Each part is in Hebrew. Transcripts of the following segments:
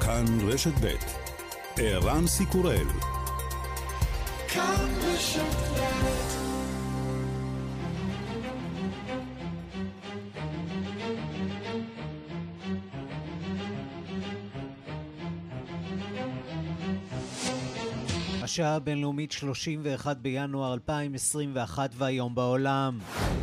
כאן רשת ב' ערן סיקורל. כאן רשת ב'. השעה הבינלאומית 31 בינואר 2021 והיום בעולם.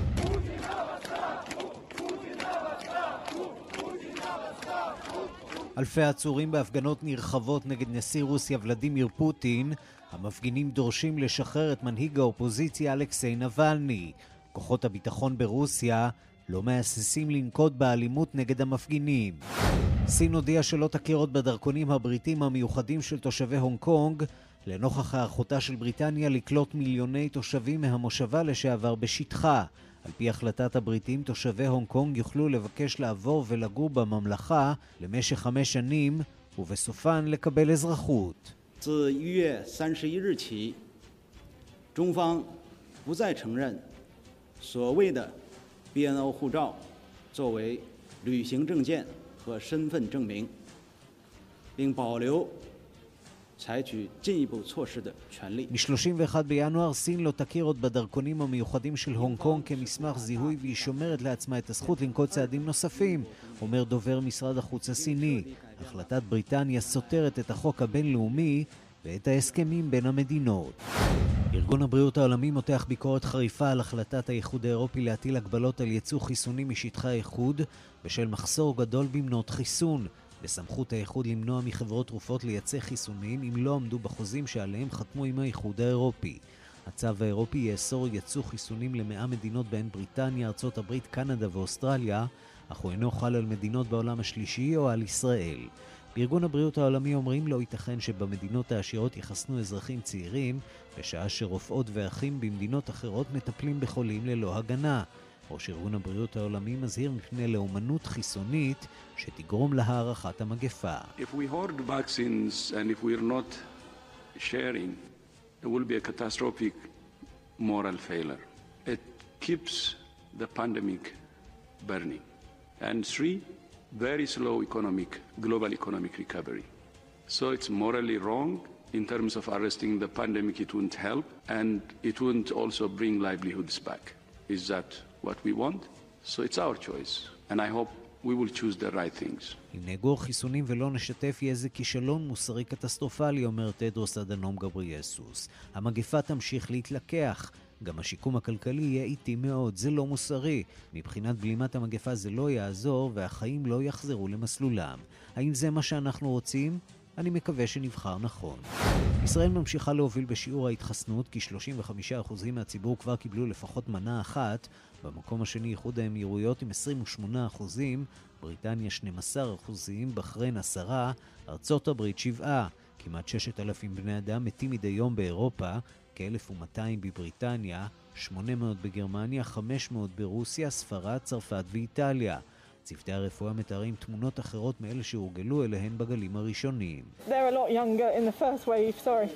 אלפי עצורים בהפגנות נרחבות נגד נשיא רוסיה ולדימיר פוטין. המפגינים דורשים לשחרר את מנהיג האופוזיציה אלכסיי נבלני. כוחות הביטחון ברוסיה לא מהססים לנקוט באלימות נגד המפגינים. סין הודיעה שלא תכיר עוד בדרכונים הבריטים המיוחדים של תושבי הונג קונג, לנוכח היערכותה של בריטניה לקלוט מיליוני תושבים מהמושבה לשעבר בשטחה. על פי החלטת הבריטים, תושבי הונג קונג יוכלו לבקש לעבור ולגור בממלכה למשך 5 שנים, ובסופן לקבל אזרחות. 自1月31日起，中方不再承认所谓的 BNO 护照作为旅行证件和身份证明，并保留采取进一步措施的权利。 מ-31 בינואר סין לא תכיר עוד בדרכונים המיוחדים של הונג קונג כמסמך זיהוי, והיא שומרת לעצמה את הזכות לנקוט צעדים נוספים, אומר דובר משרד החוץ הסיני. החלטת בריטניה סותרת את החוק הבינלאומי ואת ההסכמים בין המדינות. ארגון הבריאות העולמי מותח ביקורת חריפה על החלטת האיחוד האירופי להטיל הגבלות על ייצוא חיסונים משטחי האיחוד בשל מחסור גדול במנות חיסון. בסמכות האיחוד למנוע מחברות תרופות לייצא חיסונים אם לא עמדו בחוזים שעליהם חתמו עם האיחוד האירופי. הצו האירופי יאסור ייצוא חיסונים ל100 מדינות בהן בריטניה, ארצות הברית, קנדה ואוסטרליה, אך הוא אינו חל על מדינות בעולם השלישי או על ישראל. בארגון הבריאות העולמי אומרים לא ייתכן שבמדינות העשירות יחסנו אזרחים צעירים, בשעה שרופאות ואחים במדינות אחרות מטפלים בחולים ללא הגנה. ראש ארגון הבריאות העולמי מזהיר מפני לאומנות חיסונית שתגרום להערכת המגפה. If we hoard vaccines and if we're not sharing, there will be a catastrophic moral failure. It keeps the pandemic burning. And 3, very slow global economic recovery. So it's morally wrong in terms of arresting the pandemic. It wouldn't help and it wouldn't also bring livelihoods back. Is that what we want? So it's our choice. And I hope we will choose the right things. אם נאגור חיסונים ולא נשתף יהיה זה כישלון מוסרי קטסטרופלי, אומר טדרוס אדנום גבריאסוס. המגפה תמשיך להתלקח. גם השיקום הכלכלי יהיה איטי מאוד, זה לא מוסרי. מבחינת בלימת המגפה זה לא יעזור והחיים לא יחזרו למסלולם. האם זה מה שאנחנו רוצים? אני מקווה שנבחר נכון. ישראל ממשיכה להוביל בשיעור ההתחסנות, כי 35% מהציבור כבר קיבלו לפחות מנה אחת. במקום השני איחוד האמירויות עם 28%, בריטניה 12%, בחריין 10%, ארצות הברית 7%. כמעט 6,000 בני אדם מתים מדי יום באירופה, כ-1,200 בבריטניה, 800 בגרמניה, 500 ברוסיה, ספרד, צרפת ואיטליה. צוותי הרפואה מתארים תמונות אחרות מאלה שהורגלו אליהן בגלים הראשונים. They're a lot younger in the first wave, sorry.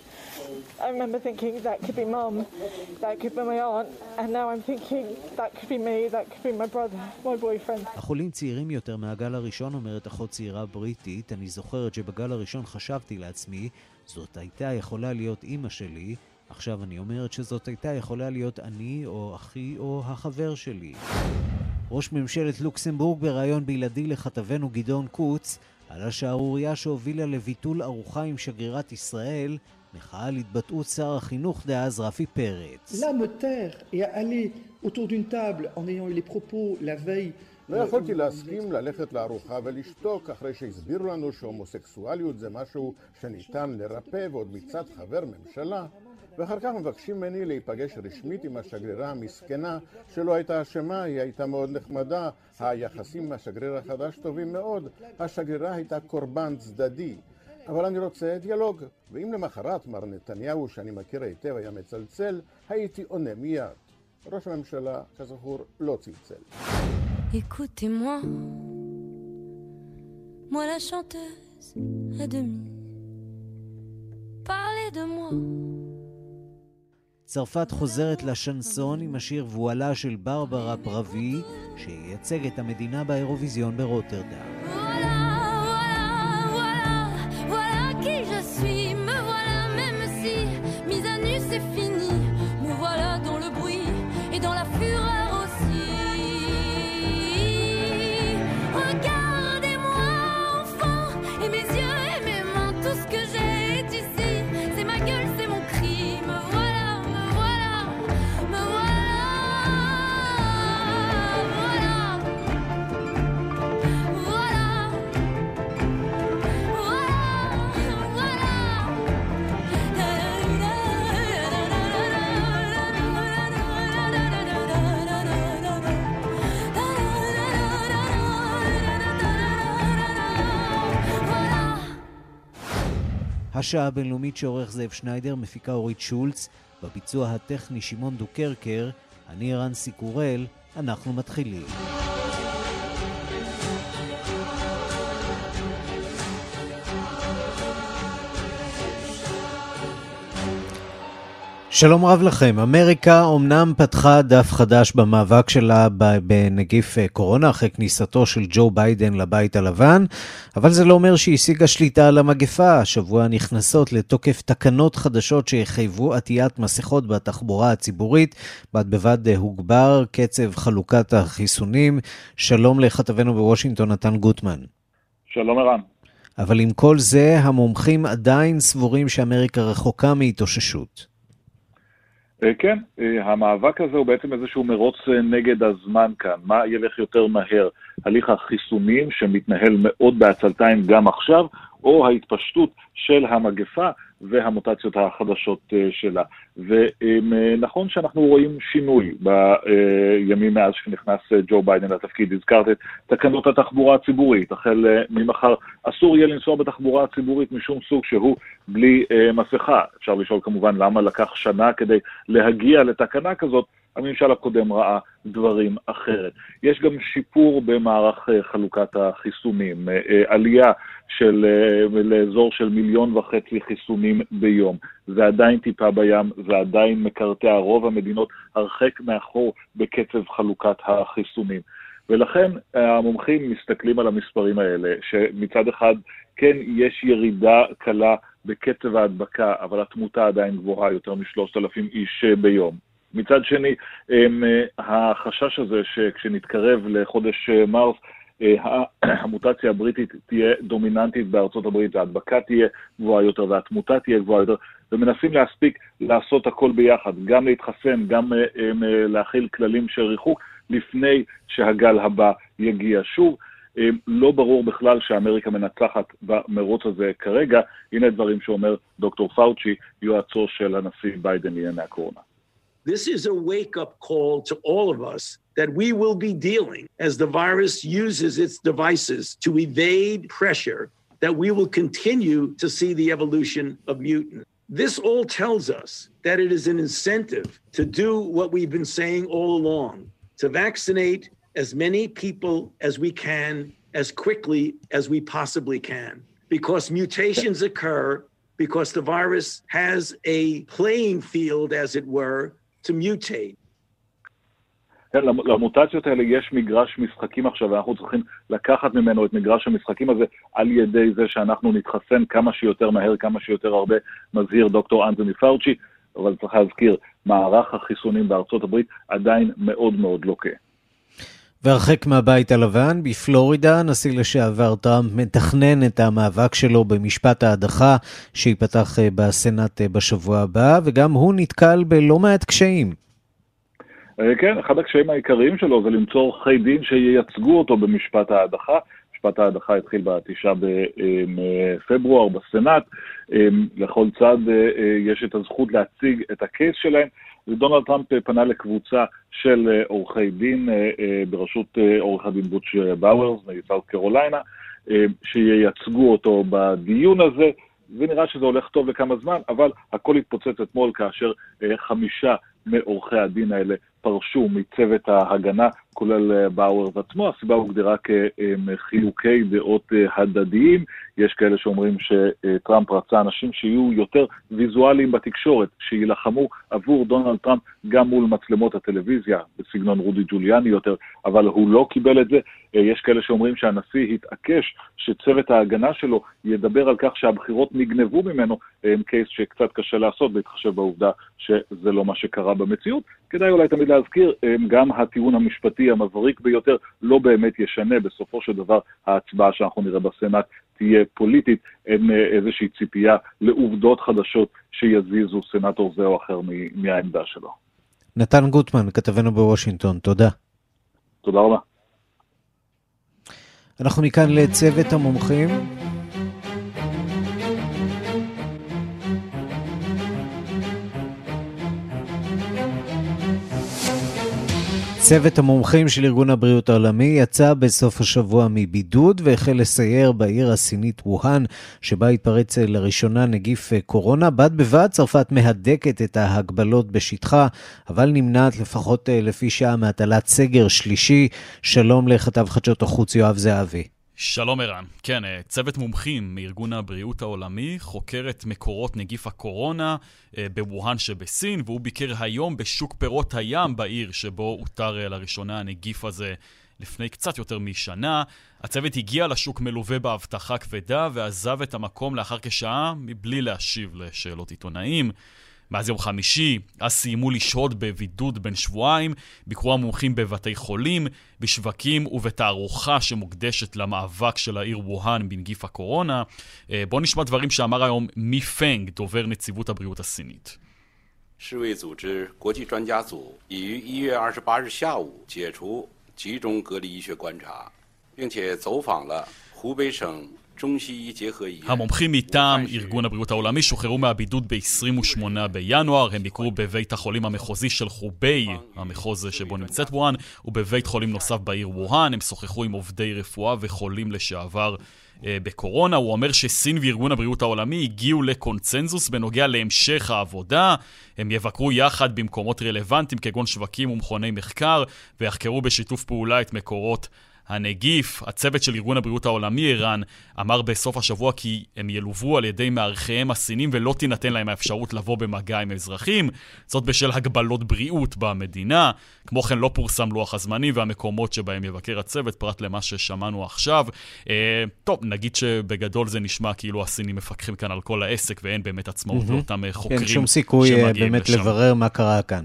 I remember thinking that could be mum, that could be my aunt, and now I'm thinking that could be me, that could be my brother, my boyfriend. החולים צעירים יותר מהגל הראשון, אומרת אחות צעירה בריטית. אני זוכרת שבגל הראשון חשבתי לעצמי, זאת הייתה יכולה להיות אמא שלי. עכשיו אני אומרת שזאת הייתה יכולה להיות אני או אחי או החבר שלי. ראש ממשלת לוקסמבורג בראיון בלעדי לכתבנו גדעון קוץ על השערוריה שהובילה לביטול ארוחה עם שגרירת ישראל, מחאה על התבטאות שר החינוך דאז רפי פרץ. Là me taire et aller autour d'une table en ayant eu les propos la veille. לא יכולתי להסכים ללכת לארוחה ולשתוק אחרי שהסבירו לנו שהומוסקסואליות זה משהו שניתן לרפא, ועוד מצד חבר ממשלה, ואחר כך מבקשים ממני להיפגש רשמית עם השגרירה המסכנה שלא הייתה אשמה, היא הייתה מאוד נחמדה, היחסים עם השגריר החדש טובים מאוד, השגרירה הייתה קורבן צדדי. אבל אני רוצה דיאלוג, ואם למחרת מר נתניהו שאני מכיר היטב היה מצלצל, הייתי עונה מיד. ראש הממשלה כזכור לא צלצל. Écoutez-moi, moi la chanteuse à demi, parlez de moi. צרפת חוזרת לשנסון עם השיר וואלה של ברברה ברבי, שייצג את המדינה באירוויזיון ברוטרדם. Voilà, voilà, voilà. השעה הבינלאומית שעורך זאב שניידר, מפיקה אורית שולץ, בביצוע הטכני שמעון דוקרקר, אני ערן סיקורל, אנחנו מתחילים. שלום רב לכם. אמריקה אומנם פתחה דף חדש במאבק שלה בנגיף קורונה אחרי כניסתו של ג'ו ביידן לבית הלבן, אבל זה לא אומר שהיא השיגה שליטה על המגפה. השבוע נכנסות לתוקף תקנות חדשות שיחייבו עטיית מסכות בתחבורה הציבורית, בד בבד הוגבר קצב חלוקת החיסונים. שלום לכתבנו בוושינגטון נתן גוטמן. שלום ערן. אבל עם כל זה המומחים עדיין סבורים שאמריקה רחוקה מהתאוששות. כן, המאבק הזה הוא בעצם איזשהו מרוץ נגד הזמן כאן. מה ילך יותר מהר? הליך החיסונים שמתנהל מאוד בעצלתיים גם עכשיו, או ההתפשטות של המגפה והמוטציות החדשות שלה. ונכון שאנחנו רואים שינוי בימים מאז שנכנס ג'ו ביידן לתפקיד. הזכרת את תקנות התחבורה הציבורית. החל ממחר אסור יהיה לנסוע בתחבורה הציבורית משום סוג שהוא בלי מסכה. אפשר לשאול כמובן למה לקח שנה כדי להגיע לתקנה כזאת. הממשל הקודם ראה דברים אחרת. יש גם שיפור במערך חלוקת החיסונים, עלייה לאזור של 1.5 מיליון חיסונים ביום. זה עדיין טיפה בים, זה עדיין מקרטע רוב המדינות הרחק מאחור בקצב חלוקת החיסונים. ולכן המומחים מסתכלים על המספרים האלה, שמצד אחד כן יש ירידה קלה בקצב ההדבקה, אבל התמותה עדיין גבוהה, יותר מ3,000 איש ביום. מצד שני, החשש הזה שכשנתקרב לחודש מרס, המוטציה הבריטית תהיה דומיננטית בארצות הברית, ההדבקה תהיה גבוהה יותר והתמותה תהיה גבוהה יותר, ומנסים להספיק לעשות הכל ביחד, גם להתחסן, גם להכיל כללים של ריחוק, לפני שהגל הבא יגיע שוב. לא ברור בכלל שאמריקה מנצחת במרוץ הזה כרגע. הנה דברים שאומר דוקטור פאוצ'י, יועצו של הנשיא ביידן לענייני הקורונה. This is a wake-up call to all of us that we will be dealing as the virus uses its devices to evade pressure, that we will continue to see the evolution of mutant. This all tells us that it is an incentive to do what we've been saying all along, to vaccinate as many people as we can, as quickly as we possibly can, because mutations occur, because the virus has a playing field, as it were, to mutate. כן, למוטציות האלה יש מגרש משחקים עכשיו, ואנחנו צריכים לקחת ממנו את מגרש המשחקים הזה על ידי זה שאנחנו נתחסן כמה שיותר מהר, כמה שיותר הרבה, מזהיר דוקטור אנתוני פאוצ'י, אבל צריך להזכיר, מערך החיסונים בארצות הברית עדיין מאוד מאוד לוקה. והרחק מהבית הלבן, בפלורידה, הנשיא לשעבר טראמפ מתכנן את המאבק שלו במשפט ההדחה שיפתח בסנאט בשבוע הבא, וגם הוא נתקל בלא מעט קשיים. כן, אחד הקשיים העיקריים שלו זה למצוא עורכי דין שייצגו אותו במשפט ההדחה. משפט ההדחה התחיל ב9 בפברואר בסנאט. לכל צד יש את הזכות להציג את הקייס שלהם. ודונלד טראמפ פנה לקבוצה של עורכי דין בראשות עורך הדין בוטש באוורס מסאות' קרוליינה, שייצגו אותו בדיון הזה. זה נראה שזה הולך טוב לכמה זמן, אבל הכל התפוצץ אתמול כאשר 5 מעורכי הדין האלה פרשו מצוות ההגנה, כולל באוורס עצמו. הסיבה הוגדרה כחילוקי דעות הדדיים. יש כאלה שאומרים שטראמפ רצה אנשים שיהיו יותר ויזואליים בתקשורת, שילחמו עבור דונלד טראמפ גם מול מצלמות הטלוויזיה, בסגנון רודי ג'וליאני יותר, אבל הוא לא קיבל את זה. יש כאלה שאומרים שהנשיא התעקש שצוות ההגנה שלו ידבר על כך שהבחירות נגנבו ממנו, קייס שקצת קשה לעשות, בהתחשב בעובדה שזה לא מה שקרה במציאות. כדאי אולי תמיד להזכיר, גם הטיעון המשפטי המבריק ביותר לא באמת ישנה. בסופו של דבר ההצבעה שאנחנו נראה בסנאט תהיה פוליטית, אין איזושהי ציפייה לעובדות חדשות שיזיזו סנאטור זה או אחר מהעמדה שלו. נתן גוטמן, כתבנו בוושינגטון, תודה. תודה רבה. אנחנו מכאן לצוות המומחים. צוות המומחים של ארגון הבריאות העולמי יצא בסוף השבוע מבידוד והחל לסייר בעיר הסינית ווהאן, שבה התפרץ לראשונה נגיף קורונה. בד בבד צרפת מהדקת את ההגבלות בשטחה, אבל נמנעת לפחות לפי שעה מהטלת סגר שלישי. שלום לכתב חדשות החוץ יואב זהבי. שלום ערן. כן, צוות מומחים מארגון הבריאות העולמי חוקר את מקורות נגיף הקורונה בווהאן שבסין, והוא ביקר היום בשוק פירות הים בעיר שבו הותר לראשונה הנגיף הזה לפני קצת יותר משנה. הצוות הגיע לשוק מלווה באבטחה כבדה ועזב את המקום לאחר כשעה מבלי להשיב לשאלות עיתונאים. מאז יום חמישי, אז סיימו לשהות בבידוד בין שבועיים, ביקרו המומחים בבתי חולים, בשווקים ובתערוכה שמוקדשת למאבק של העיר ווהאן בנגיף הקורונה. בואו נשמע דברים שאמר היום מי פנג, דובר נציבות הבריאות הסינית. 世卫组织国际专家组已于1月28日下午解除集中隔离医学观察，并且走访了湖北省 המומחים מטעם ארגון הבריאות העולמי שוחררו מהבידוד ב-28 בינואר. הם ביקרו בבית החולים המחוזי של חוביי, המחוז שבו נמצאת ווהאן, ובבית חולים נוסף בעיר ווהאן. הם שוחחו עם עובדי רפואה וחולים לשעבר בקורונה. הוא אומר שסין וארגון הבריאות העולמי הגיעו לקונצנזוס בנוגע להמשך העבודה. הם יבקרו יחד במקומות רלוונטיים כגון שווקים ומכוני מחקר, ויחקרו בשיתוף פעולה את מקורות הנגיף. הצוות של ארגון הבריאות העולמי ערן אמר בסוף השבוע כי הם ילוו על ידי מערכיהם הסינים ולא תינתן להם האפשרות לבוא במגע עם אזרחים, זאת בשל הגבלות בריאות במדינה. כמו כן לא פורסם לוח הזמנים והמקומות שבהם יבקר הצוות פרט למה ששמענו עכשיו. טוב, נגיד שבגדול זה נשמע כאילו הסינים מפקחים כאן על כל העסק ואין באמת עצמאות לאותם חוקרים. אין שום סיכוי באמת לברר מה קרה כאן.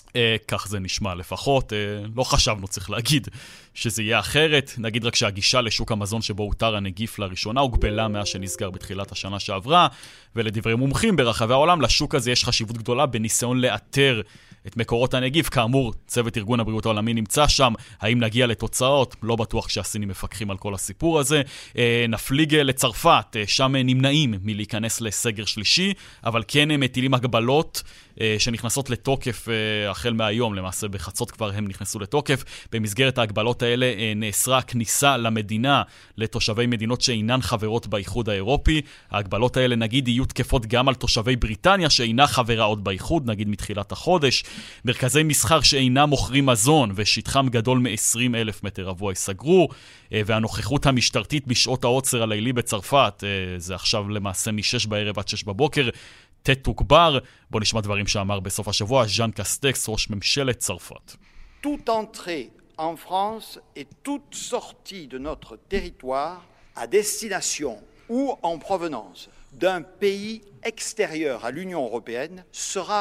כך זה נשמע לפחות. לא חשבנו, צריך להגיד, שזה יהיה אחרת. נגיד רק שהגישה לשוק המזון שבו הותר הנגיף לראשונה הוגבלה מאז שנסגר בתחילת השנה שעברה, ולדברי מומחים ברחבי העולם לשוק הזה יש חשיבות גדולה בניסיון לאתר את מקורות הנגיף. כאמור, צוות ארגון הבריאות העולמי נמצא שם. האם נגיע לתוצאות? לא בטוח שהסינים מפקחים על כל הסיפור הזה. נפליג לצרפת, שם נמנעים מלהיכנס לסגר שלישי, אבל כן הם מטילים הגבלות שנכנסות לתוקף החל מהיום. למעשה בחצות כבר הם נכנסו לתוקף. במסגרת ההגבלות האלה נאסרה כניסה למדינה לתושבי מדינות שאינן חברות באיחוד האירופי. ההגבלות האלה נגיד יהיו תקפות גם על תושבי בריטניה שאינה חברה עוד באיחוד, נגיד מתחילת החודש. מרכזי מסחר שאינם מוכרים מזון ושטחם גדול מ-20,000 מטר רבוע ייסגרו, והנוכחות המשטרתית בשעות העוצר הלילי בצרפת, זה עכשיו למעשה מ-6 בערב עד 6 בבוקר, תתוגבר. בוא נשמע דברים שאמר בסוף השבוע ז'אן קסטקס, ראש ממשלת צרפת. Toute entrée en France et toute sortie de notre territoire à destination ou en provenance d'un pays extérieur à l'Union européenne sera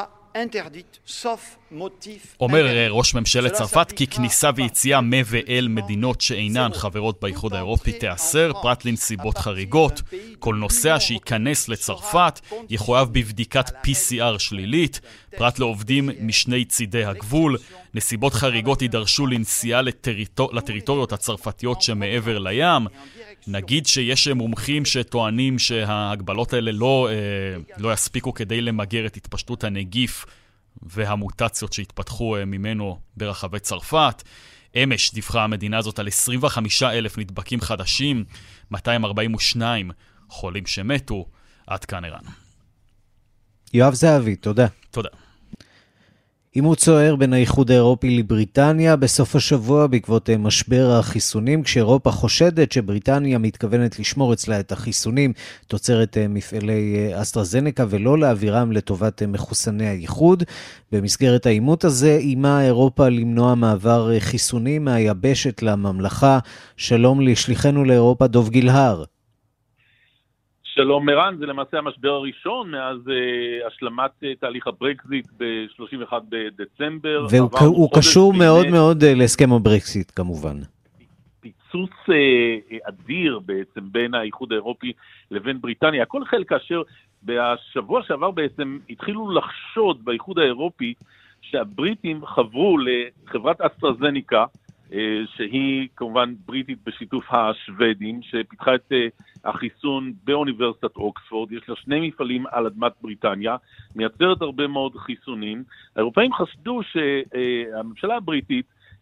אומר ראש ממשלת צרפת כי כניסה ויציאה ואל מדינות שאינן חברות באיחוד האירופי תיאסר פרט לנסיבות חריגות. כל נוסע שייכנס לצרפת יחויב בבדיקת PCR שלילית, פרט לעובדים משני צידי הגבול. נסיבות חריגות יידרשו לנסיעה לטריטוריות הצרפתיות שמעבר לים. נגיד שיש מומחים שטוענים שההגבלות האלה לא יספיקו כדי למגר את התפשטות הנגיף והמוטציות שהתפתחו ממנו ברחבי צרפת. אמש דיווחה המדינה הזאת על 25,000 נדבקים חדשים, 242 חולים שמתו. עד כאן ערן. יואב זהבי, תודה. תודה. עימות סוער בין האיחוד האירופי לבריטניה בסוף השבוע בעקבות משבר החיסונים, כשאירופה חושדת שבריטניה מתכוונת לשמור אצלה את החיסונים תוצרת מפעלי אסטרזנקה ולא להעבירם לטובת מחוסני האיחוד. במסגרת העימות הזה אימה אירופה למנוע מעבר חיסונים מהיבשת לממלכה. שלום לשליחנו לאירופה דוב גילהר. שלום מרן, זה למעשה המשבר הראשון מאז השלמת תהליך הברקזיט ב-31 בדצמבר. והוא קשור מאוד מאוד להסכם הברקזיט כמובן. פיצוץ אדיר בעצם בין האיחוד האירופי לבין בריטניה. הכל החל כאשר בשבוע שעבר בעצם התחילו לחשוד באיחוד האירופי שהבריטים חברו לחברת אסטרזניקה, שהיא כמובן בריטית בשיתוף השוודים, שפיתחה את החיסון באוניברסיטת אוקספורד. יש לה 2 מפעלים על אדמת בריטניה, מייצרת הרבה מאוד חיסונים. האירופאים חשדו שהממשלה הבריטית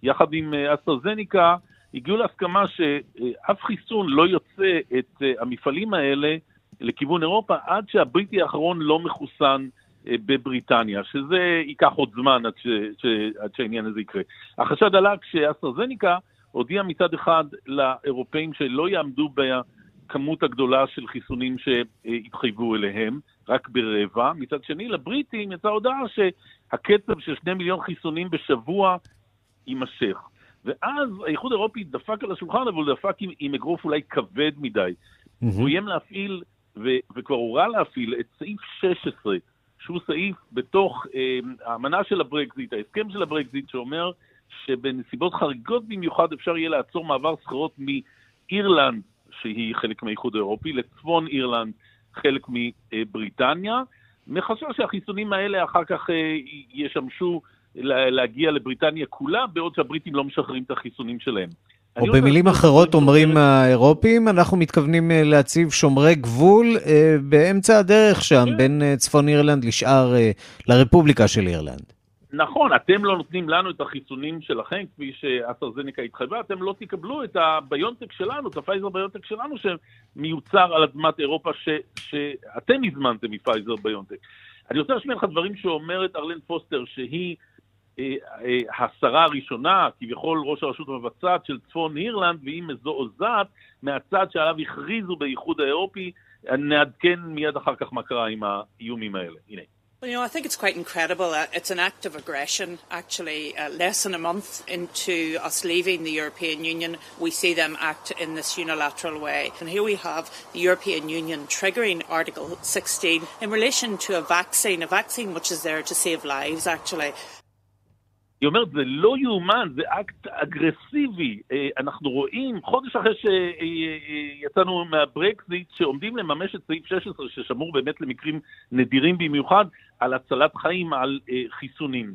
יחד עם אסטרזניקה, הגיעו להסכמה שאף חיסון לא יוצא את המפעלים האלה לכיוון אירופה, עד שהבריטי האחרון לא מחוסן בבריטניה, שזה ייקח עוד זמן עד שהעניין הזה יקרה. החשד עלה כשאסטרזניקה הודיע מצד אחד לאירופאים שלא יעמדו בכמות הגדולה של חיסונים שהתחייבו אליהם, רק ברבע. מצד שני, לבריטים יצאה הודעה שהקצב של 2 מיליון חיסונים בשבוע יימשך. ואז האיחוד האירופי דפק על השולחן, אבל הוא דפק עם אגרוף אולי כבד מדי. הוא איים להפעיל, וכבר הוראה להפעיל, את סעיף 16, שהוא סעיף בתוך האמנה של הברקזיט, ההסכם של הברקזיט, שאומר שבנסיבות חריגות במיוחד אפשר יהיה לעצור מעבר סחורות מאירלנד, שהיא חלק מהאיחוד האירופי, לצפון אירלנד, חלק מבריטניה, מחשש שהחיסונים האלה אחר כך ישמשו להגיע לבריטניה כולה, בעוד שהבריטים לא משחררים את החיסונים שלהם. או במילים אחרות אומרים האירופים, אנחנו מתכוונים להציב שומרי גבול באמצע הדרך שם, בין צפון אירלנד לשאר, לרפובליקה של אירלנד. נכון, אתם לא נותנים לנו את החיסונים שלכם, כפי שאסטרזניקה התחייבה, אתם לא תקבלו את הביונטק שלנו, את הפייזר ביונטק שלנו, שמיוצר על אדמת אירופה, שאתם הזמנתם מפייזר ביונטק. אני רוצה להשמיע לך דברים שאומרת ארלן פוסטר, שהיא השרה הראשונה, כביכול ראש הרשות המבצעת של צפון אירלנד, והיא מזועזעת מהצד שעליו הכריזו באיחוד האירופי. נעדכן מיד אחר כך מה קרה עם האיומים האלה. הנה. Well, you know, I think it's quite incredible. It's an act of aggression, actually. Less than a month into us leaving the European Union, we see them act in this unilateral way. And here we have the European Union triggering Article 16 in relation to a vaccine which is there to save lives, actually. היא אומרת, זה לא יאומן, זה אקט אגרסיבי. אנחנו רואים, חודש אחרי שיצאנו מהברקזיט, שעומדים לממש את סעיף 16, ששמור באמת למקרים נדירים במיוחד, על הצלת חיים, על חיסונים.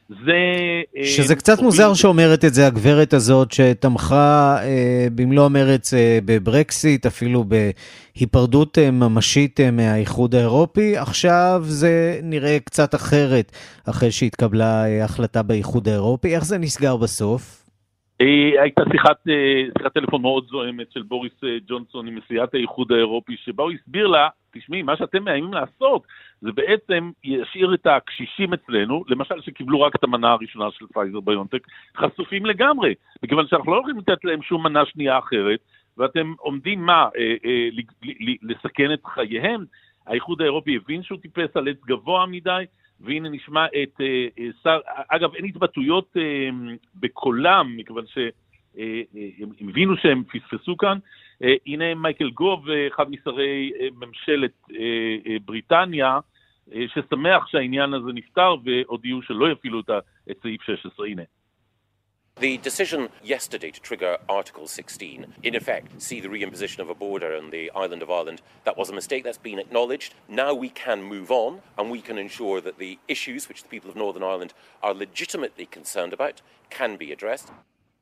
שזה קצת מוזר שאומרת את זה הגברת הזאת, שתמכה במלוא המרץ בברקסיט, אפילו בהיפרדות ממשית מהאיחוד האירופי. עכשיו זה נראה קצת אחרת, אחרי שהתקבלה החלטה באיחוד האירופי. איך זה נסגר בסוף? הייתה שיחת טלפון מאוד זוהמת של בוריס ג'ונסון עם נשיאת האיחוד האירופי, שבה הוא הסביר לה, תשמעי, מה שאתם מאיימים לעשות, זה בעצם ישאיר את הקשישים אצלנו, למשל שקיבלו רק את המנה הראשונה של פייזר ביונטק, חשופים לגמרי, מכיוון שאנחנו לא יכולים לתת להם שום מנה שנייה אחרת, ואתם עומדים לסכן את חייהם. האיחוד האירופי הבין שהוא טיפס על עץ גבוה מדי, והנה נשמע את שר, אגב, אין התבטאויות בקולם, מכיוון שהם הבינו שהם פספסו כאן. הנה מייקל גוב, אחד משרי ממשלת בריטניה, ששמח שהעניין הזה נפתר, והודיעו שלא יפעילו את סעיף 16. הנה. The decision yesterday to trigger Article 16, in effect, see the reimposition of a border on the island of Ireland, that was a mistake that's been acknowledged. Now we can move on and we can ensure that the issues which the people of Northern Ireland are legitimately concerned about can be addressed.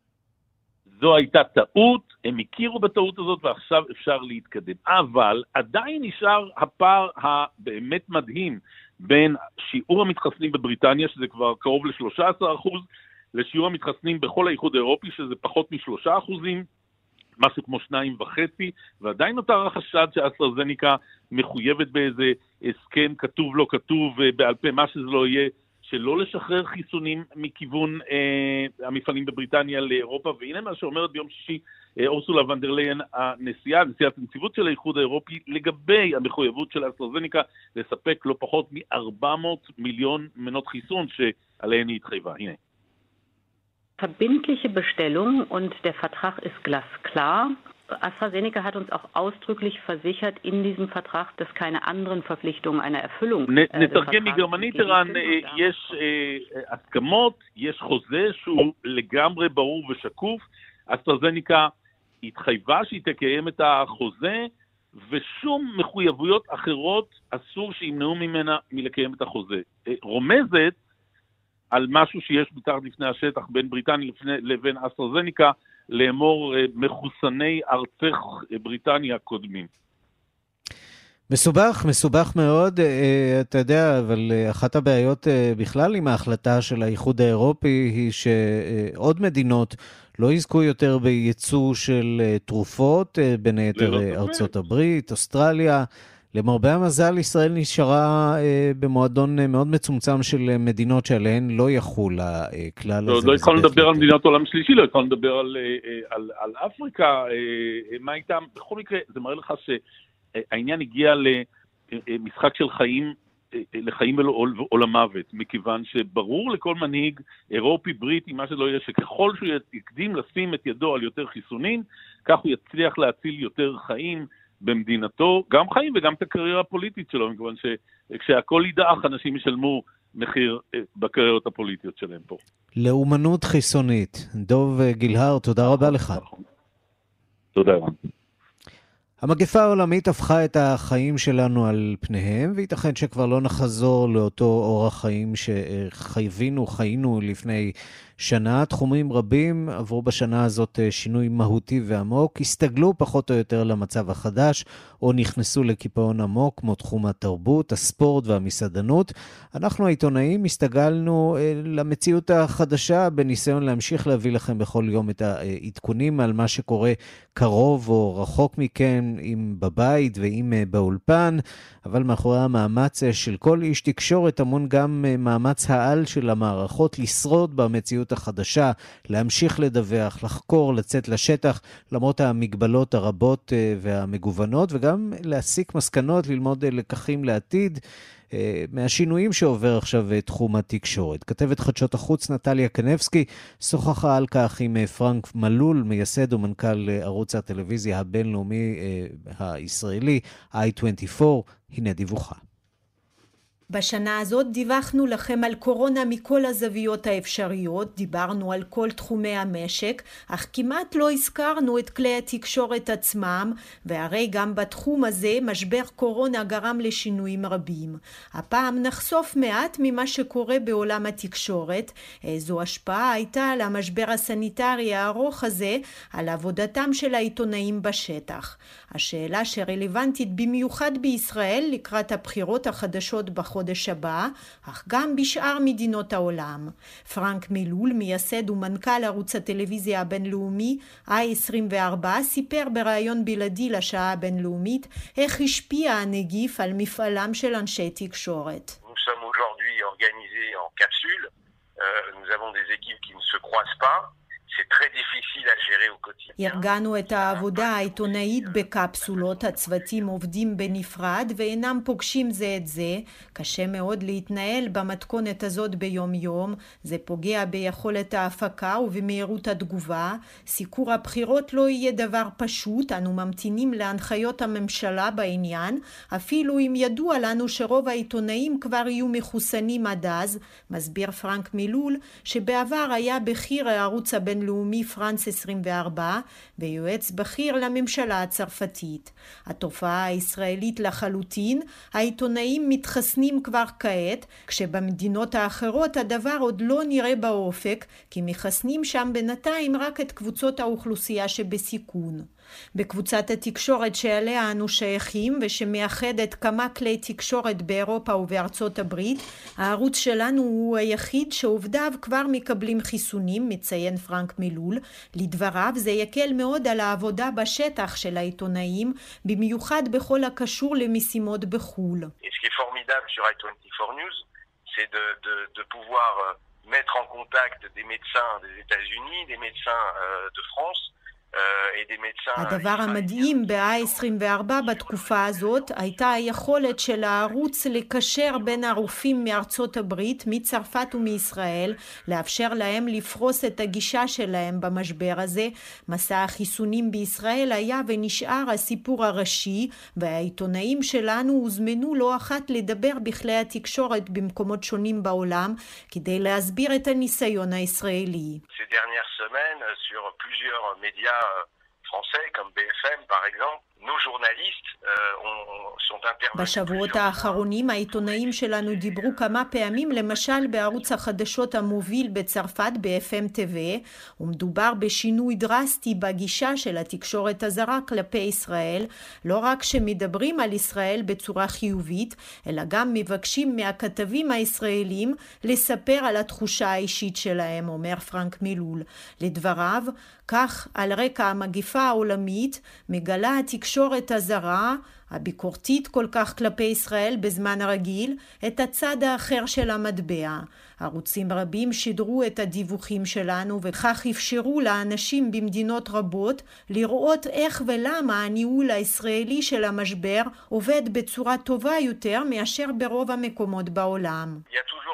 זו הייתה טעות, הם הכירו בטעות הזאת ועכשיו אפשר להתקדם. אבל עדיין נשאר הפער הבאמת מדהים בין שיעור המתחסנים בבריטניה, שזה כבר קרוב ל-13%, לשיעור המתחסנים בכל האיחוד האירופי, שזה פחות מ3%, משהו כמו 2.5%, ועדיין נותר החשד שאסטרזניקה מחויבת באיזה הסכם כתוב לא כתוב, בעל פה מה שזה לא יהיה, שלא לשחרר חיסונים מכיוון המפעלים בבריטניה לאירופה. והנה מה שאומרת ביום שישי אורסולה ון דר ליין, נשיאת הנציבות של האיחוד האירופי, לגבי המחויבות של אסטרזניקה לספק לא פחות מ-400 מיליון מנות חיסון שעליהן היא התחייבה. הנה. Verbindliche Bestellung und der Vertrag ist glasklar. AstraZeneca hat uns auch ausdrücklich versichert in diesem Vertrag, dass keine anderen Verpflichtungen einer Erfüllung נתרגם מגרמנית, ערן, יש הסכמות, יש חוזה שהוא לגמרי ברור ושקוף. אסטרזניקה התחייבה שהיא תקיים את החוזה, ושום מחויבויות אחרות אסור שימנעו ממנה מלקיים את החוזה. רומזת על משהו שיש מתחת לפני השטח בין בריטניה לבין אסטרזניקה, לאמור מחוסני ארצך בריטניה קודמים. מסובך מאוד, אתה יודע, אבל אחת הבעיות בכלל עם ההחלטה של האיחוד האירופי היא שעוד מדינות לא יזכו יותר בייצוא של תרופות, בין היתר ארצות הברית, אוסטרליה. למרבה המזל, ישראל נשארה במועדון מאוד מצומצם של מדינות שעליהן לא יחול הכלל הזה. לא יכולנו לדבר על מדינות עולם שלישי, לא יכולנו לדבר על אפריקה, מה איתם? בכל מקרה, זה מראה לך שהעניין הגיע למשחק של חיים, לחיים או למוות, מכיוון שברור לכל מנהיג אירופי, בריטי, מה שלא יהיה, שככל שהוא יקדים לשים את ידו על יותר חיסונים, כך הוא יצליח להציל יותר חיים במדינתו, גם חיים וגם את הקריירה הפוליטית שלו, מכיוון שכשהכל ידעך, אנשים ישלמו מחיר בקריירות הפוליטיות שלהם פה. לאומנות חיסונית. דוב גילהר, תודה רבה לך. תודה רבה. המגפה העולמית הפכה את החיים שלנו על פניהם, וייתכן שכבר לא נחזור לאותו אורח חיים חיינו לפני שנה. תחומים רבים עברו בשנה הזאת שינוי מהותי ועמוק, הסתגלו פחות או יותר למצב החדש, או נכנסו לקיפאון עמוק, כמו תחום התרבות, הספורט והמסעדנות. אנחנו העיתונאים הסתגלנו למציאות החדשה, בניסיון להמשיך להביא לכם בכל יום את העדכונים על מה שקורה קרוב או רחוק מכם, אם בבית ואם באולפן, אבל מאחורי המאמץ של כל איש תקשורת המון גם מאמץ העל של המערכות לשרוד במציאות החדשה, להמשיך לדווח, לחקור, לצאת לשטח, למרות המגבלות הרבות והמגוונות, וגם להסיק מסקנות, ללמוד לקחים לעתיד, מהשינויים שעובר עכשיו תחום התקשורת. כתבת חדשות החוץ נטליה קנבסקי שוחחה על כך עם פרנק מלול, מייסד ומנכ"ל ערוץ הטלוויזיה הבינלאומי הישראלי i24. הנה דיווחה. בשנה הזאת דיווחנו לכם על קורונה מכל הזוויות האפשריות, דיברנו על כל תחומי המשק, אך כמעט לא הזכרנו את כלי התקשורת עצמם, והרי גם בתחום הזה משבר קורונה גרם לשינויים רבים. הפעם נחשוף מעט ממה שקורה בעולם התקשורת, איזו השפעה הייתה על המשבר הסניטרי הארוך הזה, על עבודתם של העיתונאים בשטח. השאלה שרלוונטית במיוחד בישראל לקראת הבחירות החדשות בחודש הבא, אך גם בשאר מדינות העולם. פרנק מלול, מייסד ומנכ"ל ערוץ הטלוויזיה הבינלאומי i24, סיפר בראיון בלעדי לשעה הבינלאומית איך השפיע הנגיף על מפעלם של אנשי תקשורת. Nous sommes aujourd'hui organisés en capsule. Nous avons des équipes qui ne se croisent pas. C'est très difficile à gérer au quotidien. ארגנו את העבודה העיתונאית בקפסולות, הצוותים עובדים בנפרד ואינם פוגשים זה את זה. קשה מאוד להתנהל במתכונת הזאת ביום יום, זה פוגע ביכולת ההפקה ובמהירות התגובה. סיקור הבחירות לא יהיה דבר פשוט, אנו ממתינים להנחיות הממשלה בעניין, אפילו אם ידוע לנו שרוב העיתונאים כבר יהיו מחוסנים עד אז, מסביר פרנק מלול, שבעבר היה בכיר הערוץ הבינלאומי פרנס 24 ויועץ בכיר לממשלה הצרפתית. התופעה הישראלית לחלוטין, העיתונאים מתחסנים כבר כעת, כשבמדינות האחרות הדבר עוד לא נראה באופק, כי מחסנים שם בינתיים רק את קבוצות האוכלוסייה שבסיכון. בקבוצת התקשורת שעליה אנו שייכים ושמייחדת כמה כלי תקשורת באירופה ובארצות הברית, הערוץ שלנו הוא היחיד שעובדיו כבר מקבלים חיסונים, מציין פרנק מלול. לדבריו זה יקל מאוד על העבודה בשטח של העיתונאים, במיוחד בכל הקשור למשימות בחול. Et ce qui est formidable sur i24 News, c'est de pouvoir mettre en contact des médecins des États-Unis, des médecins de France. הדבר המדהים ב-i24 בתקופה הזאת הייתה היכולת של הערוץ לקשר בין הרופאים מארצות הברית, מצרפת ומישראל, לאפשר להם לפרוס את הגישה שלהם במשבר הזה. מסע החיסונים בישראל היה ונשאר הסיפור הראשי, והעיתונאים שלנו הוזמנו לא אחת לדבר בכלי התקשורת במקומות שונים בעולם, כדי להסביר את הניסיון הישראלי. Ces dernières semaines, sur plusieurs médias français comme BFM par exemple, nos journalistes sont intervenus. בשבועות האחרונים העיתונאים שלנו דיברו כמה פעמים, למשל בערוץ החדשות המוביל בצרפת ב-FM TV, ומדובר בשינוי דרסטי בגישה של התקשורת הזרה כלפי ישראל, לא רק שמדברים על ישראל בצורה חיובית, אלא גם מבקשים מהכתבים הישראלים לספר על התחושה האישית שלהם, אומר פרנק מילול. לדבריו, כך על רקע המגפה העולמית מגלה התקשורת הזרה, הביקורתית כל כך כלפי ישראל בזמן הרגיל, את הצד האחר של המטבע. ערוצים רבים שידרו את הדיווחים שלנו וכך אפשרו לאנשים במדינות רבות לראות איך ולמה הניהול הישראלי של המשבר עובד בצורה טובה יותר מאשר ברוב המקומות בעולם. Il y a toujours